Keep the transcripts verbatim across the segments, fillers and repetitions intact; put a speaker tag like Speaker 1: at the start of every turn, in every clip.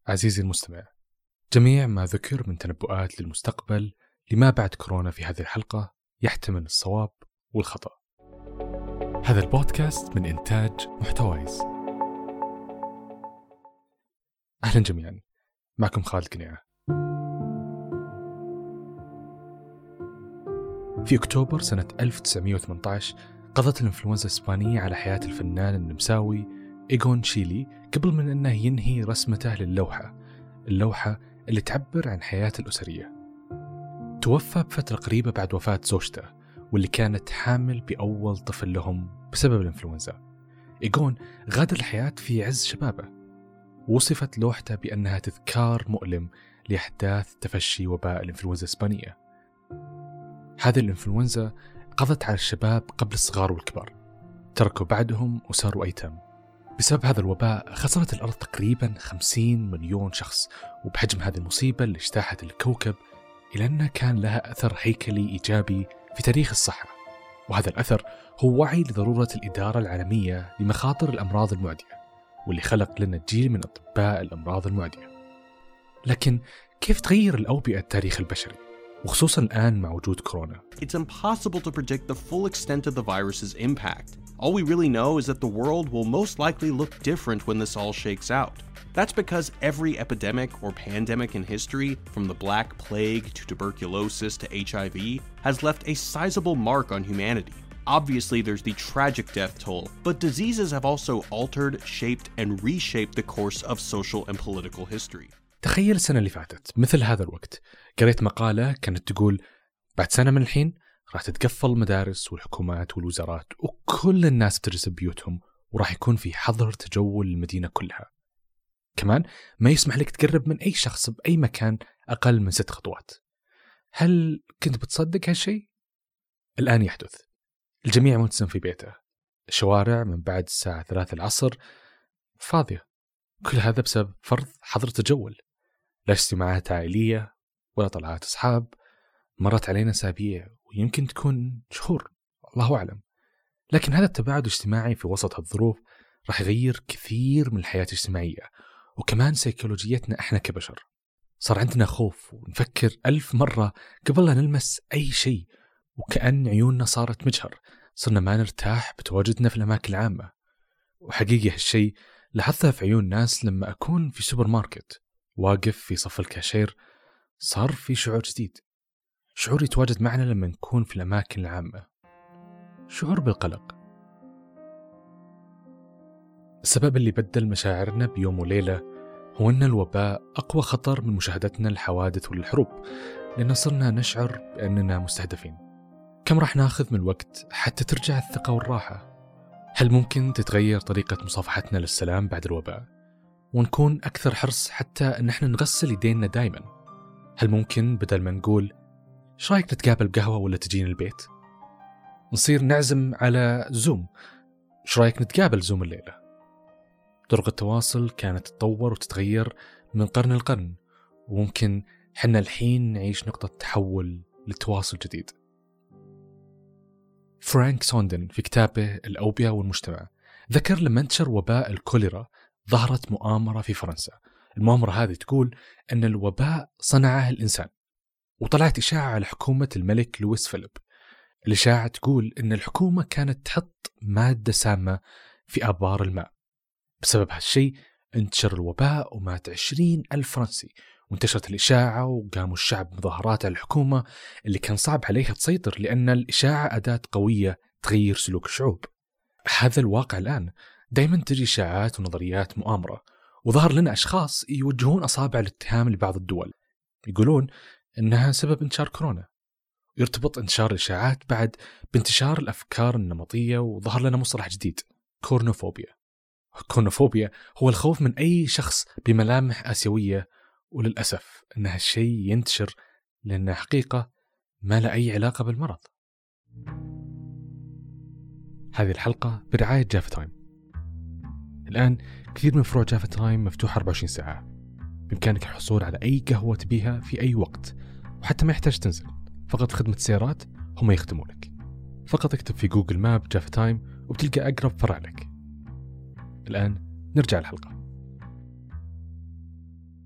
Speaker 1: عزيزي المستمع، جميع ما ذكر من تنبؤات للمستقبل لما بعد كورونا في هذه الحلقة يحتمل الصواب والخطأ. هذا البودكاست من إنتاج محتوايز. أهلا جميعا، معكم خالد قنيعة. في أكتوبر سنة ألف وتسعمائة وثمانية عشر قضت الإنفلونزا الإسبانية على حياة الفنان النمساوي إيغون شيلي قبل من أنه ينهي رسمته للوحة اللوحة اللي تعبر عن حياته الأسرية. توفى بفترة قريبة بعد وفاة زوجته واللي كانت حامل بأول طفل لهم بسبب الإنفلونزا. إيغون غادر الحياة في عز شبابه، ووصفت لوحته بأنها تذكار مؤلم لأحداث تفشي وباء الإنفلونزا الإسبانية. هذه الإنفلونزا قضت على الشباب قبل الصغار والكبار، تركوا بعدهم وصاروا أيتام. بسبب هذا الوباء خسرت الأرض تقريبا خمسين مليون شخص، وبحجم هذه المصيبة اللي اجتاحت الكوكب إلى أنها كان لها أثر هيكلي إيجابي في تاريخ الصحة. وهذا الأثر هو وعي لضرورة الإدارة العالمية لمخاطر الأمراض المعدية، واللي خلق لنا جيل من أطباء الأمراض المعدية. لكن كيف تغير الأوبئة التاريخ البشري، وخصوصا الآن مع وجود كورونا؟
Speaker 2: It's impossible to predict the full extent of the virus's impact. All we really know is that the world will most likely look different when this all shakes out. That's because every epidemic or pandemic in history, from the Black Plague to tuberculosis to H I V, has left a sizable mark on humanity. Obviously, there's the tragic death toll, but diseases have also altered, shaped, and reshaped the course of social and political history.
Speaker 1: تخيل السنة اللي فاتت مثل هذا الوقت قريت مقالة كانت تقول بعد سنة من الحين راح تتقفل المدارس والحكومات والوزارات وكل الناس بتجلس ببيوتهم، وراح يكون في حظر تجول المدينة كلها. كمان ما يسمح لك تقرب من أي شخص بأي مكان أقل من ست خطوات. هل كنت بتصدق هالشيء؟ الآن يحدث. الجميع ملتزم في بيته، الشوارع من بعد الساعة ثلاثة العصر فاضية. كل هذا بسبب فرض حظر تجول. لا اجتماعات عائلية ولا طلعات أصحاب. مرت علينا أسابيع ويمكن تكون شهور، الله أعلم. لكن هذا التباعد الاجتماعي في وسط هالظروف راح يغير كثير من الحياة الاجتماعية، وكمان سيكولوجيتنا احنا كبشر. صار عندنا خوف ونفكر ألف مرة قبل لا نلمس أي شيء، وكأن عيوننا صارت مجهر. صرنا ما نرتاح بتواجدنا في الأماكن العامة. وحقيقة هالشيء لاحظتها في عيون ناس لما أكون في سوبر ماركت واقف في صف الكاشير. صار في شعور جديد، شعور يتواجد معنا لما نكون في الأماكن العامة، شعور بالقلق. السبب اللي بدل مشاعرنا بيوم وليلة هو أن الوباء أقوى خطر من مشاهدتنا للحوادث وللحروب، لأن صرنا نشعر بأننا مستهدفين. كم راح ناخذ من الوقت حتى ترجع الثقة والراحة؟ هل ممكن تتغير طريقة مصافحتنا للسلام بعد الوباء، ونكون أكثر حرص حتى أن احنا نغسل يدينا دايما؟ هل ممكن بدل ما نقول إيش رأيك نتقابل بقهوة ولا تجينا البيت، نصير نعزم على زوم؟ إيش رأيك نتقابل زوم الليلة؟ طرق التواصل كانت تتطور وتتغير من قرن لقرن، وممكن حنا الحين نعيش نقطة تحول للتواصل جديد. فرانك سوندن في كتابه الأوبئة والمجتمع ذكر لما انتشر وباء الكوليرا ظهرت مؤامرة في فرنسا. المؤامرة هذه تقول أن الوباء صنعه الإنسان، وطلعت إشاعة على حكومة الملك لويس فيليب. الإشاعة تقول أن الحكومة كانت تحط مادة سامة في آبار الماء. بسبب هالشيء انتشر الوباء ومات عشرين ألف فرنسي، وانتشرت الإشاعة وقاموا الشعب مظاهرات على الحكومة اللي كان صعب عليها تسيطر، لأن الإشاعة أداة قوية تغير سلوك الشعوب. هذا الواقع الآن. دايما تجي إشاعات ونظريات مؤامرة، وظهر لنا أشخاص يوجهون أصابع الاتهام لبعض الدول، يقولون إنها سبب انتشار كورونا. يرتبط انتشار الإشاعات بعد بانتشار الأفكار النمطية، وظهر لنا مصطلح جديد، كورنوفوبيا. الكورنوفوبيا هو الخوف من أي شخص بملامح آسيوية، وللأسف أن هالشيء ينتشر لأنه حقيقة ما له أي علاقة بالمرض. هذه الحلقة برعاية جافا تايم. الآن كثير من فروع جافا تايم مفتوحة أربعة وعشرين ساعة، بإمكانك الحصول على أي قهوة تبيها في أي وقت، وحتى ما يحتاج تنزل. فقط خدمة السيارات هم يخدمونك. فقط اكتب في جوجل ماب جافا تايم وبتلقى أقرب فرع لك. الآن نرجع الحلقة.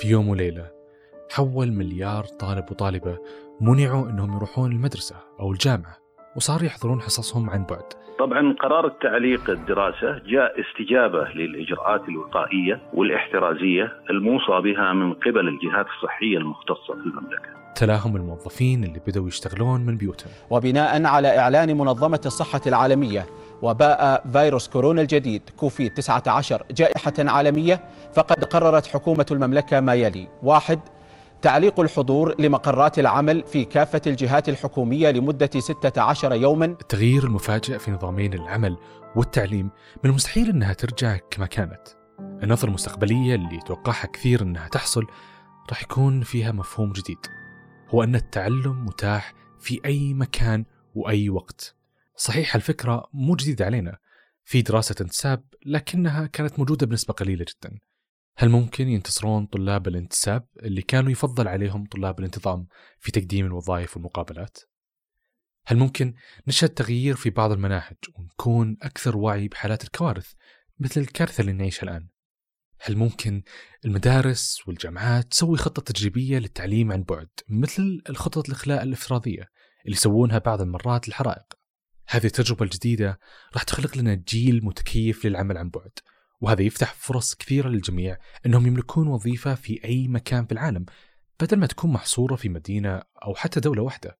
Speaker 1: في يوم وليلة حول مليار طالب وطالبة منعوا أنهم يروحون المدرسة أو الجامعة وصار يحضرون حصصهم عن بعد.
Speaker 3: طبعا قرار التعليق الدراسة جاء استجابة للإجراءات الوقائية والاحترازية الموصى بها من قبل الجهات الصحية المختصة في المملكة.
Speaker 1: تلاهم الموظفين اللي بدأوا يشتغلون من بيوتهم.
Speaker 4: وبناء على إعلان منظمة الصحة العالمية وباء فيروس كورونا الجديد كوفيد تسعة عشر جائحة عالمية، فقد قررت حكومة المملكة ما يلي: واحد، تعليق الحضور لمقرات العمل في كافة الجهات الحكومية لمدة ستة عشر يوما.
Speaker 1: التغيير المفاجئ في نظامين العمل والتعليم من المستحيل أنها ترجع كما كانت. النظرة المستقبلية اللي توقعها كثير أنها تحصل راح يكون فيها مفهوم جديد، هو أن التعلم متاح في أي مكان وأي وقت. صحيح الفكرة مو جديدة علينا، في دراسة انتساب لكنها كانت موجودة بنسبة قليلة جدا. هل ممكن ينتصرون طلاب الانتساب اللي كانوا يفضل عليهم طلاب الانتظام في تقديم الوظائف والمقابلات؟ هل ممكن نشهد تغيير في بعض المناهج ونكون أكثر وعي بحالات الكوارث مثل الكارثة اللي نعيشها الآن؟ هل ممكن المدارس والجامعات تسوي خطة تجريبية للتعليم عن بعد مثل الخطط الإخلاء الافتراضية اللي يسوونها بعض المرات للحرائق؟ هذه التجربة الجديدة راح تخلق لنا جيل متكيف للعمل عن بعد، وهذا يفتح فرص كثيرة للجميع أنهم يملكون وظيفة في أي مكان في العالم بدل ما تكون محصورة في مدينة أو حتى دولة واحدة.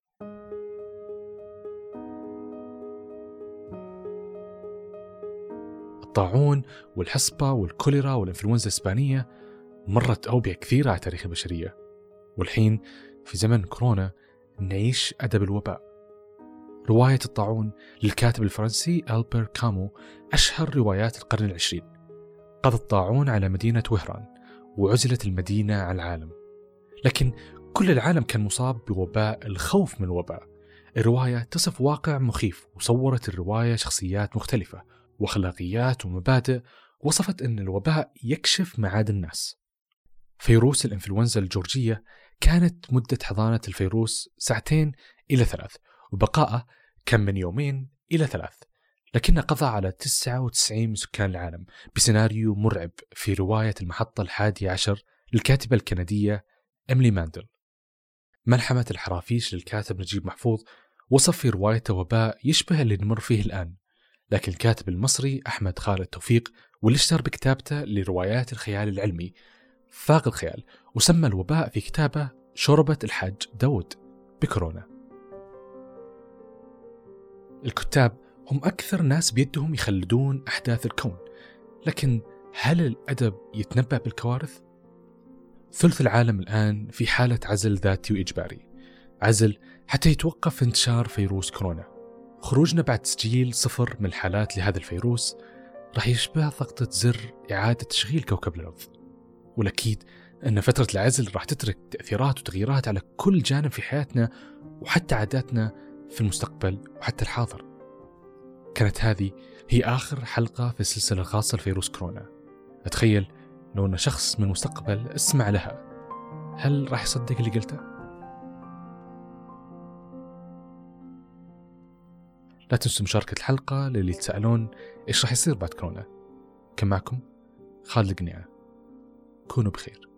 Speaker 1: الطاعون والحصبة والكوليرا والإنفلونزا الإسبانية مرت أوبئة كثيرة على تاريخ البشرية، والحين في زمن كورونا نعيش أدب الوباء. رواية الطاعون للكاتب الفرنسي ألبير كامو أشهر روايات القرن العشرين. قضى الطاعون على مدينة وهران وعزلت المدينة عن العالم، لكن كل العالم كان مصاب بوباء الخوف من الوباء. الرواية تصف واقع مخيف، وصورت الرواية شخصيات مختلفة وأخلاقيات ومبادئ، وصفت أن الوباء يكشف معادن الناس. فيروس الإنفلونزا الجورجية كانت مدة حضانة الفيروس ساعتين إلى ثلاث، وبقاءه كان من يومين إلى ثلاث، لكنه قضى على تسعة وتسعين من سكان العالم بسيناريو مرعب في رواية المحطة الحادية عشر للكاتبة الكندية إميلي ماندل. ملحمة الحرافيش للكاتب نجيب محفوظ وصف في روايته وباء يشبه اللي نمر فيه الآن، لكن الكاتب المصري أحمد خالد توفيق واللي اشتهر بكتابته لروايات الخيال العلمي فاق الخيال، وسمى الوباء في كتابه شوربة الحاج داود بكورونا. الكتاب هم أكثر ناس بيدهم يخلدون أحداث الكون، لكن هل الأدب يتنبأ بالكوارث؟ ثلث العالم الآن في حالة عزل ذاتي وإجباري، عزل حتى يتوقف انتشار فيروس كورونا. خروجنا بعد تسجيل صفر من الحالات لهذا الفيروس راح يشبه ضغطة زر إعادة تشغيل كوكب الأرض، والأكيد أن فترة العزل راح تترك تأثيرات وتغييرات على كل جانب في حياتنا وحتى عاداتنا في المستقبل وحتى الحاضر. كانت هذه هي آخر حلقة في السلسلة الخاصة لفيروس كورونا. أتخيل لو أن شخص من المستقبل اسمع لها، هل راح يصدق اللي قلته؟ لا تنسوا مشاركة الحلقة للي يتساءلون إيش راح يصير بعد كورونا. كان معكم خالد القنيعة، كونوا بخير.